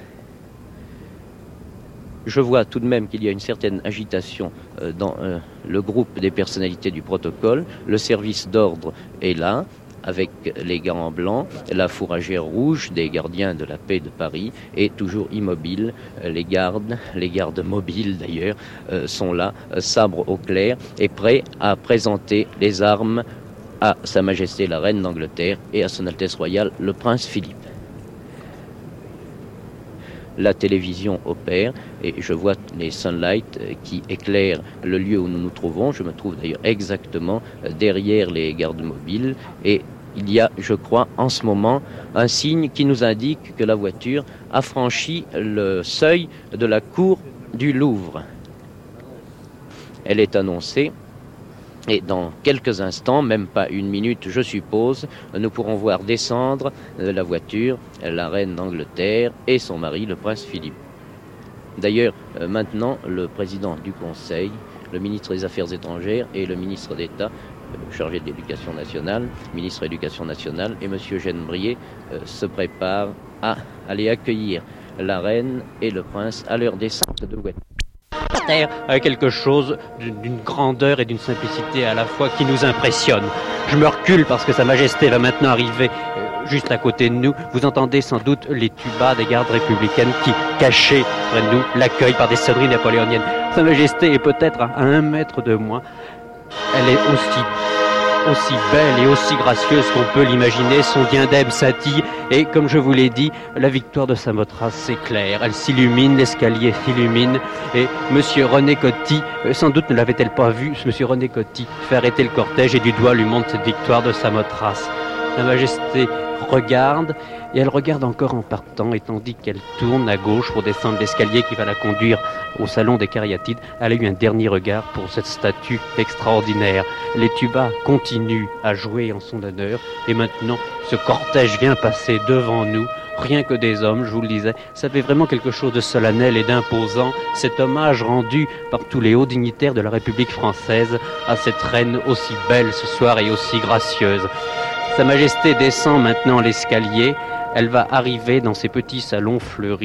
Je vois tout de même qu'il y a une certaine agitation euh, dans euh, le groupe des personnalités du protocole. Le service d'ordre est là, avec les gants blancs, la fourragère rouge des gardiens de la paix de Paris est toujours immobile. Les gardes, les gardes mobiles d'ailleurs, euh, sont là, euh, sabre au clair, et prêts à présenter les armes à Sa Majesté la Reine d'Angleterre et à Son Altesse Royale le Prince Philippe. La télévision opère et je vois les sunlights qui éclairent le lieu où nous nous trouvons. Je me trouve d'ailleurs exactement derrière les gardes mobiles et il y a, je crois, en ce moment, un signe qui nous indique que la voiture a franchi le seuil de la cour du Louvre. Elle est annoncée. Et dans quelques instants, même pas une minute je suppose, nous pourrons voir descendre de la voiture la reine d'Angleterre et son mari, le prince Philippe. D'ailleurs, euh, maintenant, le président du Conseil, le ministre des Affaires étrangères et le ministre d'État, euh, chargé de l'Éducation nationale, ministre de l'Éducation nationale, et M. Gennebrier euh, se préparent à aller accueillir la reine et le prince à leur descente de voiture. Avec quelque chose d'une grandeur et d'une simplicité à la fois qui nous impressionne. Je me recule parce que Sa Majesté va maintenant arriver euh, juste à côté de nous. Vous entendez sans doute les tubas des gardes républicaines qui, cachés près de nous, l'accueillent par des sonneries napoléoniennes. Sa Majesté est peut-être à un mètre de moi. Elle est aussi aussi belle et aussi gracieuse qu'on peut l'imaginer, son diadème scintille et comme je vous l'ai dit, la victoire de Samothrace s'éclaire, elle s'illumine, l'escalier s'illumine et Monsieur René Coty, sans doute ne l'avait-elle pas vu, Monsieur René Coty fait arrêter le cortège et du doigt lui montre cette victoire de Samothrace. Sa Majesté regarde et elle regarde encore en partant et tandis qu'elle tourne à gauche pour descendre l'escalier qui va la conduire au salon des Cariatides, elle a eu un dernier regard pour cette statue extraordinaire. Les tubas continuent à jouer en son honneur et maintenant ce cortège vient passer devant nous, rien que des hommes, je vous le disais, ça fait vraiment quelque chose de solennel et d'imposant, cet hommage rendu par tous les hauts dignitaires de la République française à cette reine aussi belle ce soir et aussi gracieuse. Sa Majesté descend maintenant l'escalier. Elle va arriver dans ces petits salons fleuris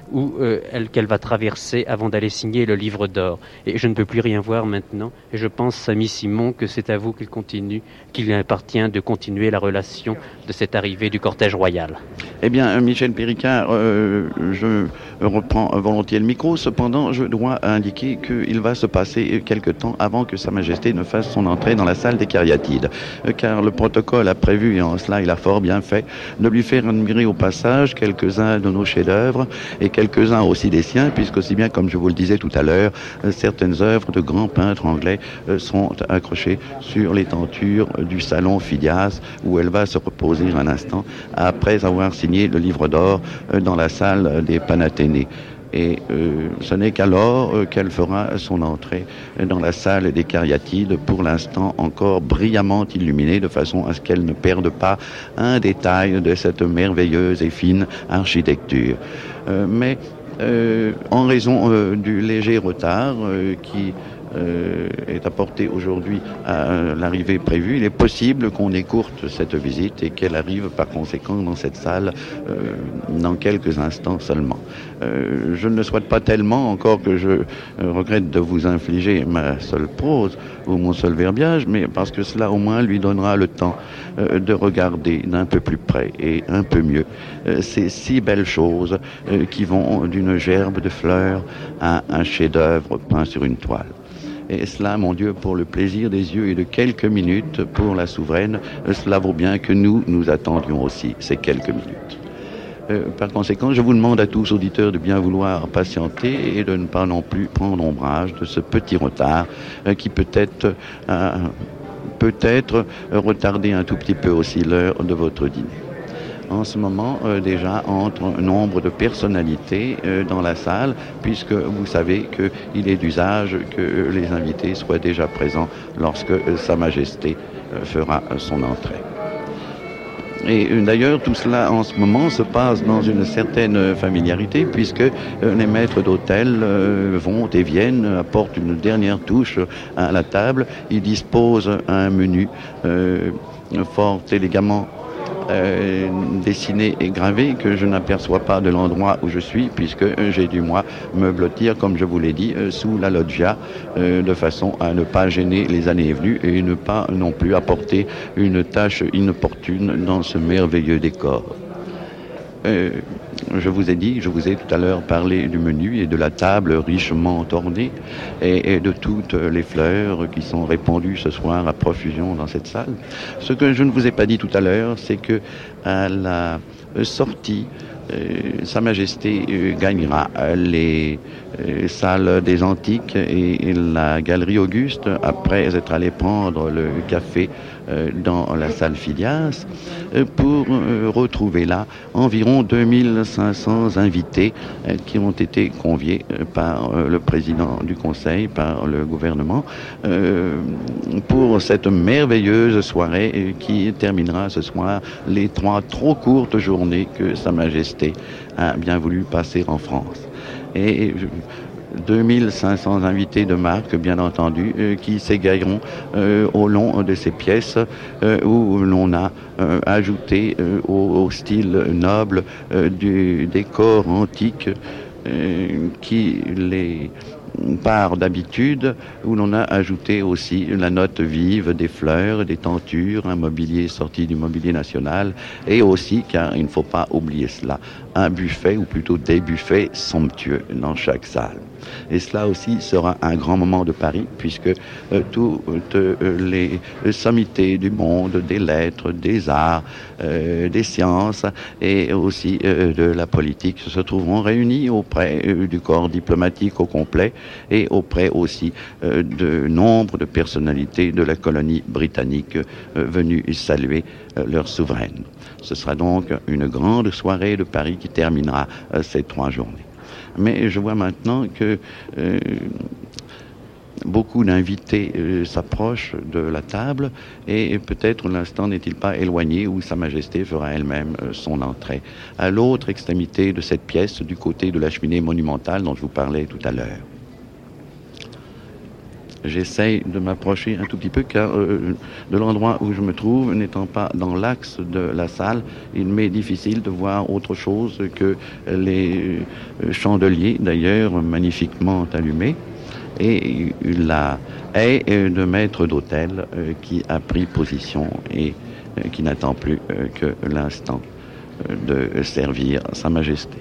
ou euh, elle, qu'elle va traverser avant d'aller signer le livre d'or. Et je ne peux plus rien voir maintenant. Et je pense, Samy Simon, que c'est à vous qu'il continue, qu'il appartient de continuer la relation de cette arrivée du cortège royal. Eh bien, Michel Péricard, euh, je reprends volontiers le micro. Cependant, je dois indiquer qu'il va se passer quelque temps avant que Sa Majesté ne fasse son entrée dans la salle des Cariatides. Car le protocole a prévu, et en cela il a fort bien fait, de lui faire admirer au passage quelques-uns de nos chefs-d'œuvre et quelques-uns aussi des siens, puisque aussi bien, comme je vous le disais tout à l'heure, certaines œuvres de grands peintres anglais sont accrochées sur les tentures du salon Phidias, où elle va se reposer un instant après avoir signé le livre d'or dans la salle des Panathénées. Et euh, ce n'est qu'alors euh, qu'elle fera son entrée dans la salle des Cariatides, pour l'instant encore brillamment illuminée, de façon à ce qu'elle ne perde pas un détail de cette merveilleuse et fine architecture. Euh, mais euh, en raison euh, du léger retard euh, qui Euh, est apporté aujourd'hui à l'arrivée prévue, il est possible qu'on écourte cette visite et qu'elle arrive par conséquent dans cette salle euh, dans quelques instants seulement. Euh, je ne le souhaite pas tellement, encore que je euh, regrette de vous infliger ma seule prose ou mon seul verbiage, mais parce que cela au moins lui donnera le temps euh, de regarder d'un peu plus près et un peu mieux euh, ces si belles choses euh, qui vont d'une gerbe de fleurs à un chef-d'œuvre peint sur une toile. Et cela, mon Dieu, pour le plaisir des yeux et de quelques minutes pour la souveraine, cela vaut bien que nous, nous attendions aussi ces quelques minutes. Euh, par conséquent, je vous demande à tous, auditeurs, de bien vouloir patienter et de ne pas non plus prendre ombrage de ce petit retard euh, qui peut-être, euh, peut-être retarder un tout petit peu aussi l'heure de votre dîner. En ce moment, euh, déjà, entre un nombre de personnalités euh, dans la salle, puisque vous savez qu'il est d'usage que euh, les invités soient déjà présents lorsque euh, Sa Majesté euh, fera euh, son entrée. Et euh, d'ailleurs, tout cela, en ce moment, se passe dans une certaine familiarité, puisque euh, les maîtres d'hôtel euh, vont et viennent, apportent une dernière touche à la table. Ils disposent un menu euh, fort élégamment Euh, dessiné et gravé, que je n'aperçois pas de l'endroit où je suis, puisque euh, j'ai dû moi me blottir, comme je vous l'ai dit, euh, sous la loggia, euh, de façon à ne pas gêner les années venues et ne pas non plus apporter une tâche inopportune dans ce merveilleux décor. Euh, je vous ai dit, je vous ai tout à l'heure parlé du menu et de la table richement ornée et, et de toutes les fleurs qui sont répandues ce soir à profusion dans cette salle. Ce que je ne vous ai pas dit tout à l'heure, c'est que à la sortie, Euh, Sa Majesté euh, gagnera les euh, salles des Antiques et, et la Galerie Auguste, après être allé prendre le café euh, dans la salle Phidias, euh, pour euh, retrouver là environ deux mille cinq cents invités euh, qui ont été conviés euh, par euh, le président du Conseil, par le gouvernement, euh, pour cette merveilleuse soirée euh, qui terminera ce soir les trois trop courtes journées que Sa Majesté a bien voulu passer en France. Et deux mille cinq cents invités de marque, bien entendu, euh, qui s'égailleront euh, au long de ces pièces euh, où l'on a euh, ajouté euh, au, au style noble euh, du décor antique euh, qui les part d'habitude, où l'on a ajouté aussi la note vive des fleurs, des tentures, un mobilier sorti du mobilier national, et aussi, car il ne faut pas oublier cela, un buffet, ou plutôt des buffets somptueux dans chaque salle. Et cela aussi sera un grand moment de Paris, puisque euh, toutes euh, les sommités du monde, des lettres, des arts, euh, des sciences et aussi euh, de la politique se trouveront réunis auprès euh, du corps diplomatique au complet et auprès aussi euh, de nombre de personnalités de la colonie britannique euh, venues saluer euh, leur souveraine. Ce sera donc une grande soirée de Paris qui terminera euh, ces trois journées. Mais je vois maintenant que euh, beaucoup d'invités euh, s'approchent de la table et peut-être l'instant n'est-il pas éloigné où Sa Majesté fera elle-même euh, son entrée. À l'autre extrémité de cette pièce, du côté de la cheminée monumentale dont je vous parlais tout à l'heure. j'essaye de m'approcher un tout petit peu car euh, de l'endroit où je me trouve, n'étant pas dans l'axe de la salle, il m'est difficile de voir autre chose que les chandeliers, d'ailleurs magnifiquement allumés, et la haie de maître d'hôtel euh, qui a pris position et euh, qui n'attend plus euh, que l'instant euh, de servir Sa Majesté.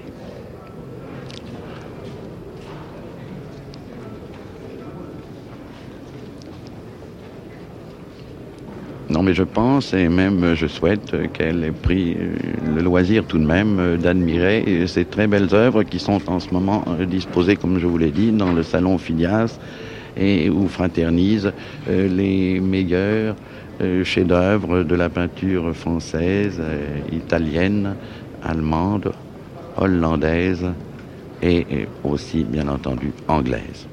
Non, mais je pense et même je souhaite qu'elle ait pris le loisir tout de même d'admirer ces très belles œuvres qui sont en ce moment disposées, comme je vous l'ai dit, dans le salon Phidias et où fraternisent les meilleurs chefs-d'œuvre de la peinture française, italienne, allemande, hollandaise et aussi, bien entendu, anglaise.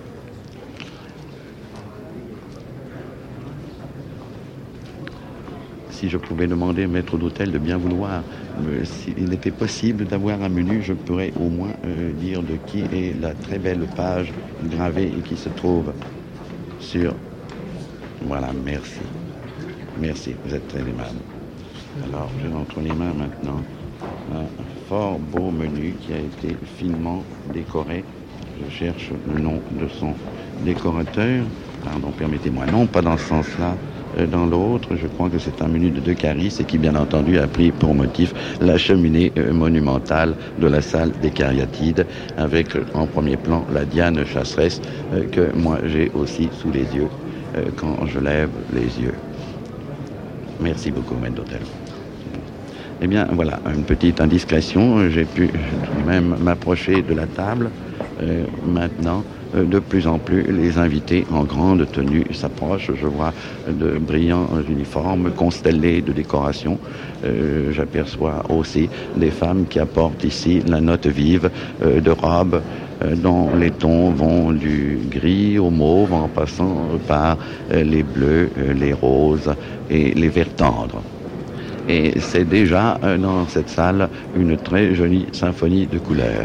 Si je pouvais demander au maître d'hôtel de bien vouloir, euh, s'il était possible d'avoir un menu, je pourrais au moins euh, dire de qui est la très belle page gravée et qui se trouve sur... Voilà, merci. Merci, vous êtes très aimable. Alors, j'ai entre les mains maintenant un fort beau menu qui a été finement décoré. Je cherche le nom de son décorateur. Pardon, permettez-moi. Non, pas dans ce sens-là. Dans l'autre, je crois que c'est un menu de deux caristes et qui, bien entendu, a pris pour motif la cheminée euh, monumentale de la salle des Cariatides, avec euh, en premier plan la Diane chasseresse euh, que moi j'ai aussi sous les yeux euh, quand je lève les yeux. Merci beaucoup, maître d'hôtel. Eh bien, voilà, une petite indiscrétion. J'ai pu tout de même m'approcher de la table. Euh, maintenant, de plus en plus, les invités en grande tenue s'approchent. Je vois de brillants uniformes constellés de décorations. Euh, j'aperçois aussi des femmes qui apportent ici la note vive euh, de robes euh, dont les tons vont du gris au mauve en passant par euh, les bleus, euh, les roses et les verts tendres. Et c'est déjà euh, dans cette salle une très jolie symphonie de couleurs.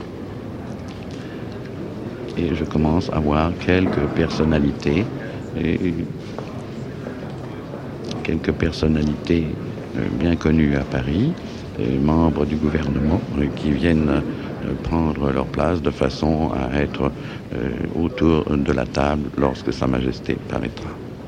Et je commence à voir quelques personnalités, et quelques personnalités euh, bien connues à Paris, et membres du gouvernement euh, qui viennent euh, prendre leur place de façon à être euh, autour de la table lorsque Sa Majesté paraîtra.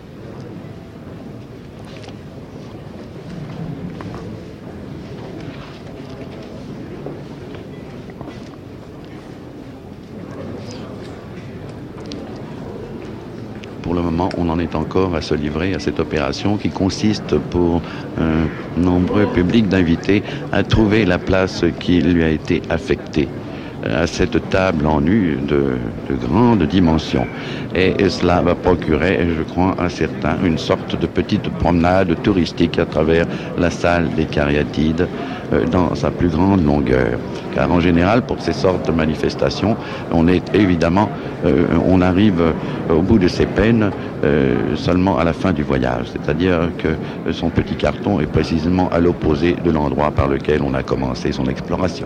Pour le moment, on en est encore à se livrer à cette opération qui consiste pour un nombreux public d'invités à trouver la place qui lui a été affectée à cette table en nu de, de grande dimension. Et, et cela va procurer, je crois, à certains une sorte de petite promenade touristique à travers la salle des Cariatides euh, dans sa plus grande longueur. Car en général, pour ces sortes de manifestations, on est évidemment, euh, on arrive euh, au bout de ses peines euh, seulement à la fin du voyage. C'est-à-dire que son petit carton est précisément à l'opposé de l'endroit par lequel on a commencé son exploration.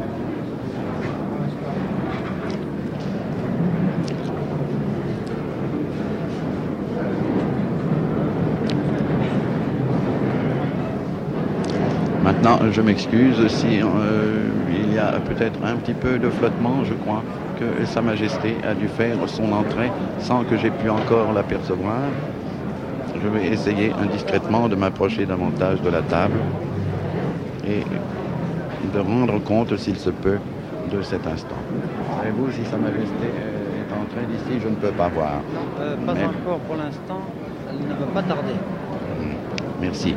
Maintenant, je m'excuse si euh, il y a peut-être un petit peu de flottement. Je crois que Sa Majesté a dû faire son entrée sans que j'ai pu encore l'apercevoir. Je vais essayer indiscrètement de m'approcher davantage de la table et de rendre compte, s'il se peut, de cet instant. Savez-vous si Sa Majesté est entrée d'ici? Je ne peux pas voir. Euh, pas Mais... encore pour l'instant. Elle ne va pas tarder. Merci.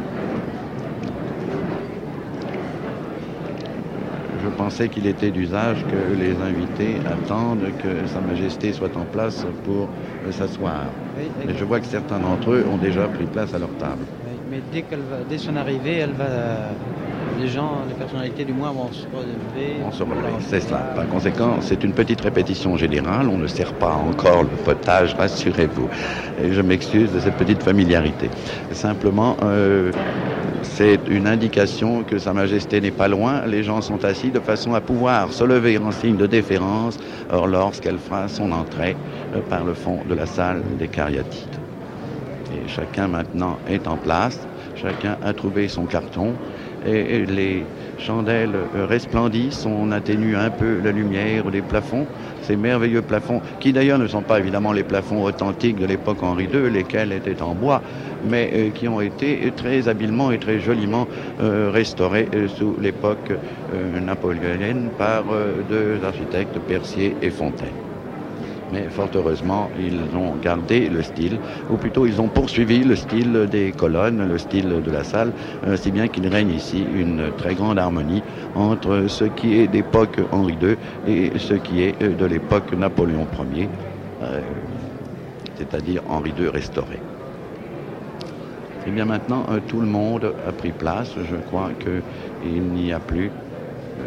Je pensais qu'il était d'usage que les invités attendent que Sa Majesté soit en place pour euh, s'asseoir. Oui, mais je vois que certains d'entre eux ont déjà pris place à leur table. Oui, mais dès qu'elle va, dès son arrivée, elle va, euh, les gens, les personnalités du moins vont se relever. On se relever, c'est cela. Par conséquent, c'est une petite répétition générale. On ne sert pas encore le potage, rassurez-vous. Et je m'excuse de cette petite familiarité. Simplement, euh, c'est une indication que Sa Majesté n'est pas loin. Les gens sont assis de façon à pouvoir se lever en signe de déférence or, lorsqu'elle fera son entrée euh, par le fond de la salle des Cariatides. Et chacun maintenant est en place, chacun a trouvé son carton et, et les chandelles resplendissent, on atténue un peu la lumière des plafonds, ces merveilleux plafonds qui d'ailleurs ne sont pas évidemment les plafonds authentiques de l'époque Henri deux, lesquels étaient en bois, mais euh, qui ont été très habilement et très joliment euh, restaurés euh, sous l'époque euh, napoléonienne par euh, deux architectes, Percier et Fontaine. Mais fort heureusement, ils ont gardé le style, ou plutôt ils ont poursuivi le style des colonnes, le style de la salle, euh, si bien qu'il règne ici une très grande harmonie entre ce qui est d'époque Henri deux et ce qui est de l'époque Napoléon Ier, euh, c'est-à-dire Henri deux restauré. Et bien maintenant, euh, tout le monde a pris place. Je crois qu'il n'y a plus euh,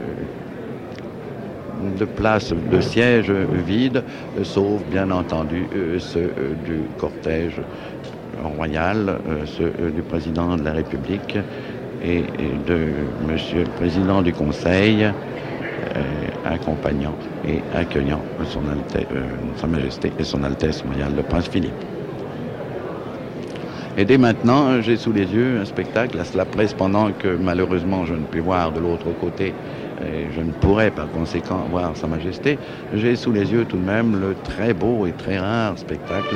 de place de siège vide, euh, sauf bien entendu euh, ceux euh, du cortège royal, euh, ceux euh, du président de la République et, et de monsieur le président du Conseil, euh, accompagnant et accueillant son Altesse, euh, Sa Majesté et son Altesse royale le Prince Philippe. Et dès maintenant, j'ai sous les yeux un spectacle à cela presse, pendant que malheureusement je ne puis voir de l'autre côté, et je ne pourrais par conséquent voir Sa Majesté, j'ai sous les yeux tout de même le très beau et très rare spectacle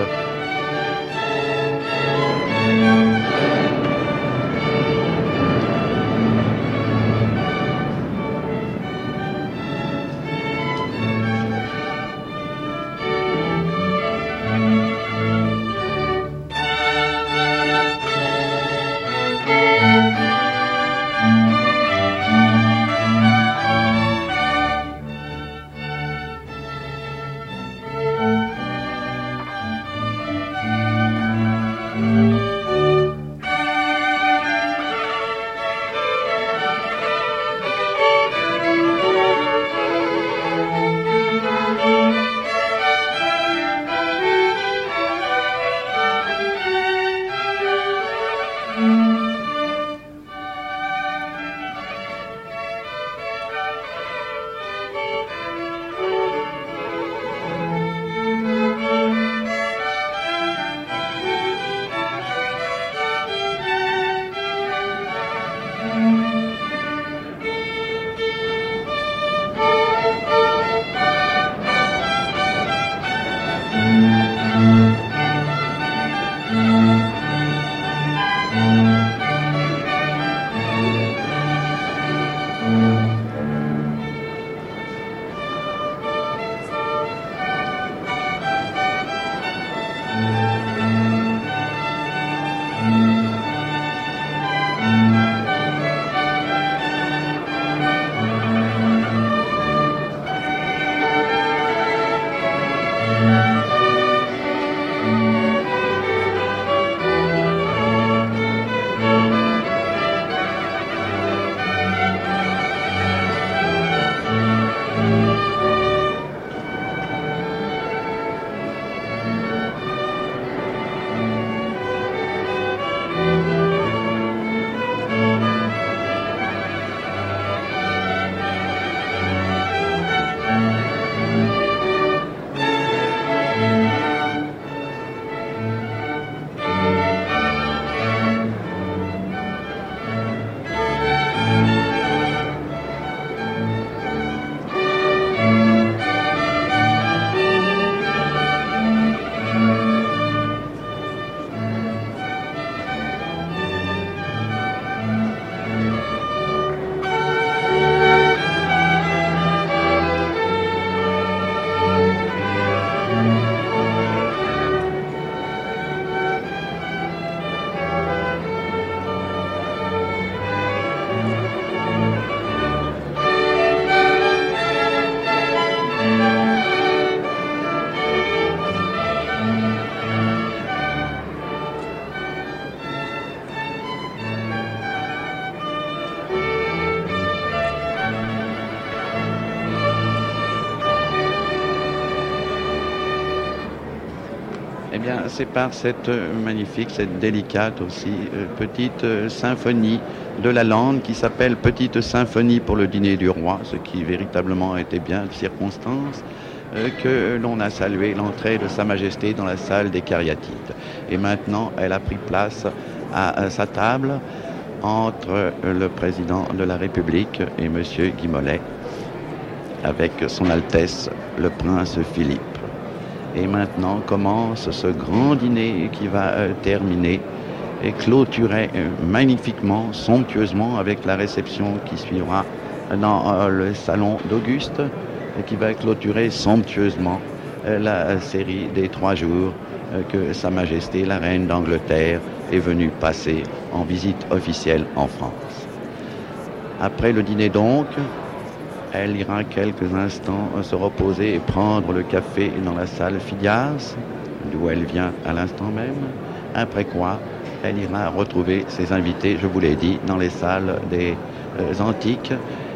bien, c'est par cette magnifique, cette délicate aussi euh, petite euh, symphonie de la lande qui s'appelle Petite Symphonie pour le dîner du roi, ce qui véritablement était bien de circonstance, euh, que l'on a salué l'entrée de Sa Majesté dans la salle des Cariatides. Et maintenant, elle a pris place à, à sa table entre le président de la République et M. Guy Mollet, avec son Altesse le Prince Philippe. Et maintenant commence ce grand dîner qui va euh, terminer et clôturer euh, magnifiquement, somptueusement avec la réception qui suivra dans euh, le salon d'Auguste et qui va clôturer somptueusement euh, la série des trois jours euh, que Sa Majesté la Reine d'Angleterre est venue passer en visite officielle en France. Après le dîner donc, elle ira quelques instants se reposer et prendre le café dans la salle Phidias, d'où elle vient à l'instant même, après quoi elle ira retrouver ses invités, je vous l'ai dit, dans les salles des euh, Antiques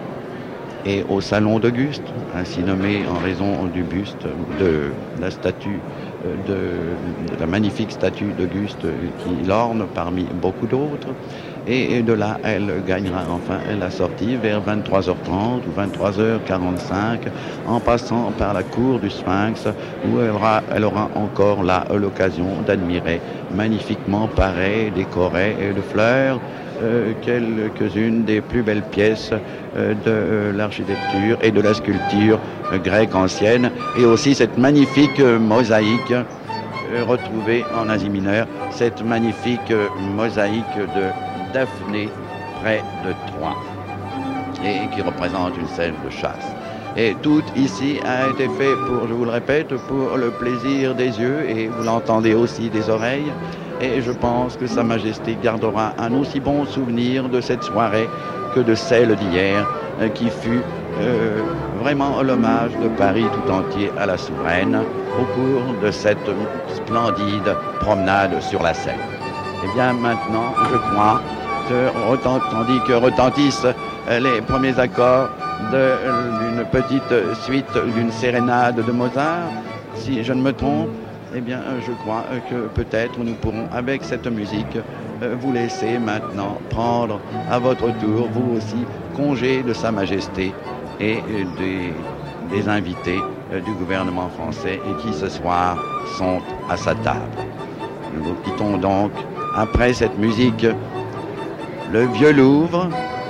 et au salon d'Auguste, ainsi nommé en raison du buste de la statue, de, de la magnifique statue d'Auguste qui l'orne parmi beaucoup d'autres. Et de là, elle gagnera enfin la sortie vers vingt-trois heures trente ou vingt-trois heures quarante-cinq, en passant par la cour du Sphinx, où elle aura, elle aura encore là l'occasion d'admirer magnifiquement parées, décorées de fleurs, euh, quelques-unes des plus belles pièces euh, de euh, l'architecture et de la sculpture euh, grecque ancienne, et aussi cette magnifique euh, mosaïque euh, retrouvée en Asie mineure, cette magnifique euh, mosaïque de Daphné près de Troie et qui représente une scène de chasse. Et tout ici a été fait pour, je vous le répète, pour le plaisir des yeux et vous l'entendez aussi des oreilles. Et je pense que Sa Majesté gardera un aussi bon souvenir de cette soirée que de celle d'hier euh, qui fut euh, vraiment l'hommage de Paris tout entier à la souveraine au cours de cette splendide promenade sur la Seine. Et bien maintenant, je crois tandis que retentissent les premiers accords d'une petite suite d'une sérénade de Mozart, si je ne me trompe, eh bien je crois que peut-être nous pourrons avec cette musique vous laisser maintenant prendre à votre tour, vous aussi, congé de Sa Majesté et des, des invités du gouvernement français et qui ce soir sont à sa table. Nous vous quittons donc après cette musique le Vieux Louvre,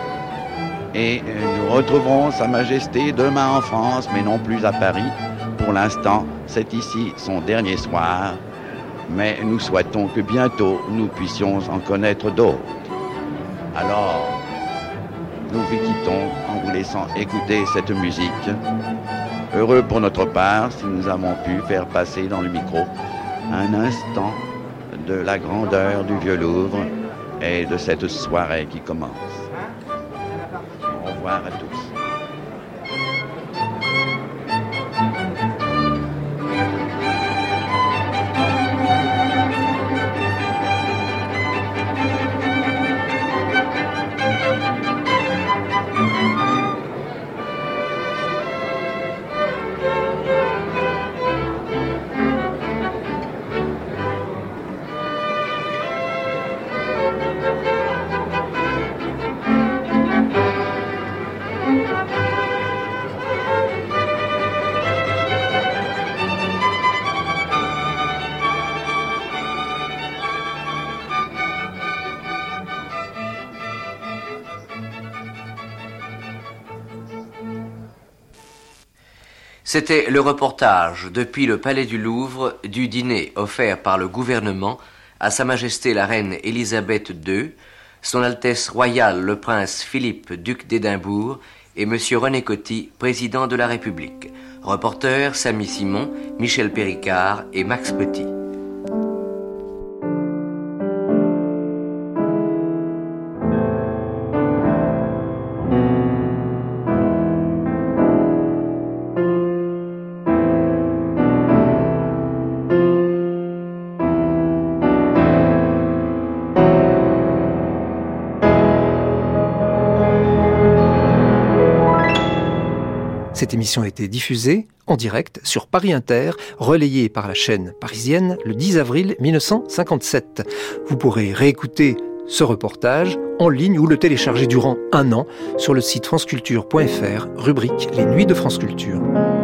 et nous retrouverons Sa Majesté demain en France, mais non plus à Paris. Pour l'instant, c'est ici son dernier soir, mais nous souhaitons que bientôt nous puissions en connaître d'autres. Alors, nous vous quittons en vous laissant écouter cette musique. Heureux pour notre part, si nous avons pu faire passer dans le micro un instant de la grandeur du Vieux Louvre et de cette soirée qui commence. Au revoir à tous. C'était le reportage depuis le Palais du Louvre du dîner offert par le gouvernement à Sa Majesté la Reine Élisabeth deux, Son Altesse Royale le Prince Philippe, duc d'Édimbourg, et Monsieur René Coty, président de la République. Reporters Samy Simon, Michel Péricard et Max Petit. Cette émission a été diffusée en direct sur Paris Inter, relayée par la chaîne parisienne le dix avril mille neuf cent cinquante-sept. Vous pourrez réécouter ce reportage en ligne ou le télécharger durant un an sur le site franceculture point f r, rubrique Les Nuits de France Culture.